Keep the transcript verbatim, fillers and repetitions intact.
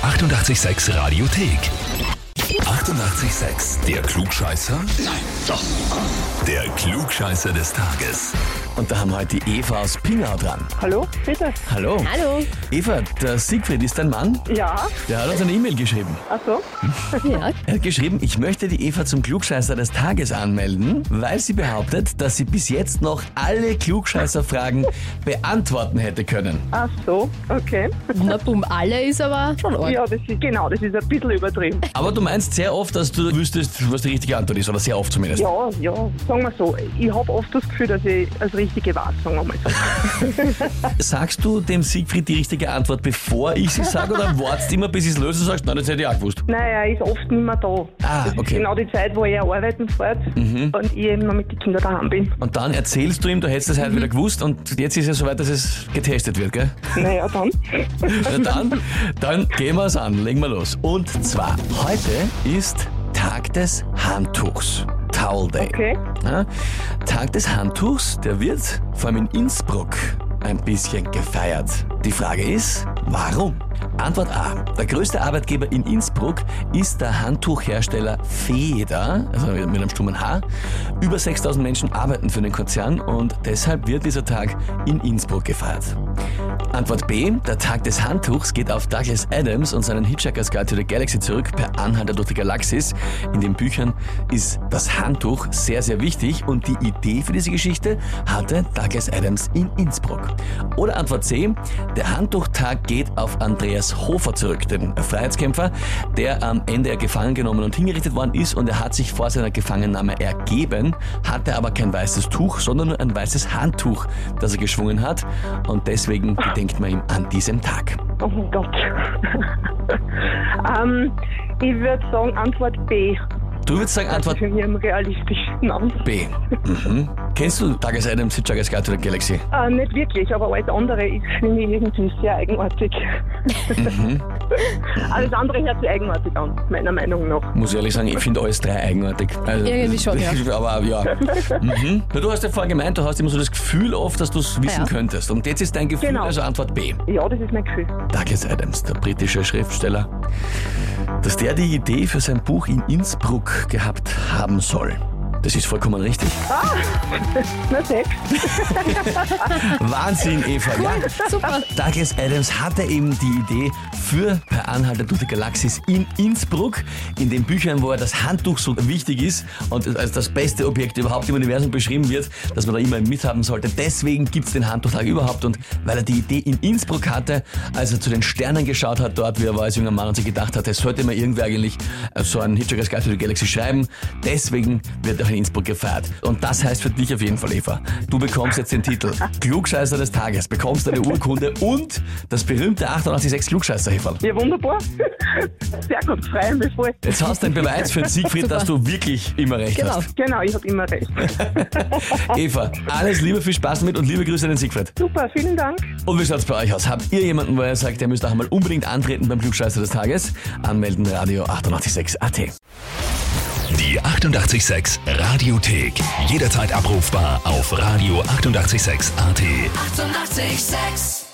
achtundachtzig Komma sechs Radiothek. achtundachtzig Komma sechs. Der Klugscheißer? Nein, doch. Der Klugscheißer des Tages. Und da haben wir heute die Eva aus Pingau dran. Hallo, bitte. Hallo. Hallo. Eva, der Siegfried ist dein Mann? Ja, Der hat uns eine E-Mail geschrieben. ach so. Ja, Er hat geschrieben, ich möchte die Eva zum Klugscheißer des Tages anmelden, weil sie behauptet, dass sie bis jetzt noch alle Klugscheißer-Fragen beantworten hätte können. Ach so, okay. na bumm, alle ist aber schon arg. Ja, das ist, genau, das ist ein bisschen übertrieben. Aber du meinst sehr oft, dass du wüsstest, was die richtige Antwort ist, oder sehr oft zumindest. Ja, ja, sagen wir so. Ich habe oft das Gefühl, dass ich als Richtige weiß, sagen wir mal so. Sagst du dem Siegfried die richtige Antwort, bevor ich sie sage, oder wartest immer, bis ich es löse und sagst, nein, das hätte ich auch gewusst? Naja, er ist oft nicht mehr da. Ah, das ist okay. genau die Zeit, wo er arbeiten fährt und ich eben noch mit den Kindern daheim bin. Und dann erzählst du ihm, du hättest es heute wieder gewusst und jetzt ist es soweit, dass es getestet wird, gell? Naja, dann. Na dann, dann gehen wir es an, legen wir los. Und zwar, heute ist Tag des Handtuchs. Towel Day. Okay. Ja, Tag des Handtuchs, der wird vor allem in Innsbruck ein bisschen gefeiert. Die Frage ist, warum? Antwort A. Der größte Arbeitgeber in Innsbruck ist der Handtuchhersteller Feder, also mit einem stummen H. Über sechstausend Menschen arbeiten für den Konzern und deshalb wird dieser Tag in Innsbruck gefeiert. Antwort B. Der Tag des Handtuchs geht auf Douglas Adams und seinen Hitchhiker's Guide to the Galaxy zurück, per Anhalter durch die Galaxis. In den Büchern ist das Handtuch sehr, sehr wichtig und die Idee für diese Geschichte hatte Douglas Adams in Innsbruck. Oder Antwort C. Der Handtuchtag geht auf Andreas Hofer zurück, den Freiheitskämpfer, der am Ende gefangen genommen und hingerichtet worden ist und er hat sich vor seiner Gefangennahme ergeben, hatte aber kein weißes Tuch, sondern nur ein weißes Handtuch, das er geschwungen hat und deswegen gedenkt man ihm an diesem Tag. Oh mein Gott. ähm, ich würde sagen, Antwort B. Du würdest sagen Antwort Für mich am realistischsten an. B. Mhm. Kennst du Douglas Adams Hitchhiker's Guide to the Galaxy? Äh, nicht wirklich, aber alles andere ist für mich irgendwie sehr eigenartig. Mhm. Alles andere hört sich eigenartig an, meiner Meinung nach. Muss ich ehrlich sagen, ich finde alles drei eigenartig. Also, Irgendwie schon, ja. Aber ja. Mhm. Na, du hast ja vorher gemeint, du hast immer so das Gefühl oft, dass du es wissen Ja. könntest. Und jetzt ist dein Gefühl, Genau. also Antwort B. Ja, das ist mein Gefühl. Douglas Adams, der britische Schriftsteller, dass der die Idee für sein Buch in Innsbruck gehabt haben soll. Das ist vollkommen richtig. Na sechs. Wahnsinn, Eva. Ja. Super. Douglas Adams hatte eben die Idee für Per Anhalter durch die Galaxis in Innsbruck. In den Büchern, wo er das Handtuch so wichtig ist und als das beste Objekt überhaupt im Universum beschrieben wird, dass man da immer mithaben sollte. Deswegen gibt es den Handtuchtag überhaupt und weil er die Idee in Innsbruck hatte, als er zu den Sternen geschaut hat dort, wie er war als junger Mann und sich gedacht hat, es sollte man irgendwie eigentlich so einen Hitchhiker's Guide to the Galaxy schreiben. Deswegen wird er in Innsbruck gefeiert. Und das heißt für dich auf jeden Fall, Eva, du bekommst jetzt den Titel Klugscheißer des Tages, bekommst eine Urkunde und das berühmte achtundachtzig Komma sechs Klugscheißer-Häferl. Ja, wunderbar. Sehr gut, freue mich voll. Jetzt hast du den Beweis für den Siegfried, Super. dass du wirklich immer recht Genau. hast. Genau, ich habe immer recht. Eva, alles Liebe, viel Spaß damit und liebe Grüße an den Siegfried. Super, vielen Dank. Und wie schaut's bei euch aus? Habt ihr jemanden, wo ihr sagt, ihr müsst auch mal unbedingt antreten beim Klugscheißer des Tages? Anmelden, Radio achtundachtzig Komma sechs A T. Die achtundachtzig Komma sechs Radiothek. Jederzeit abrufbar auf Radio achtundachtzig Komma sechs A T. achtundachtzig Komma sechs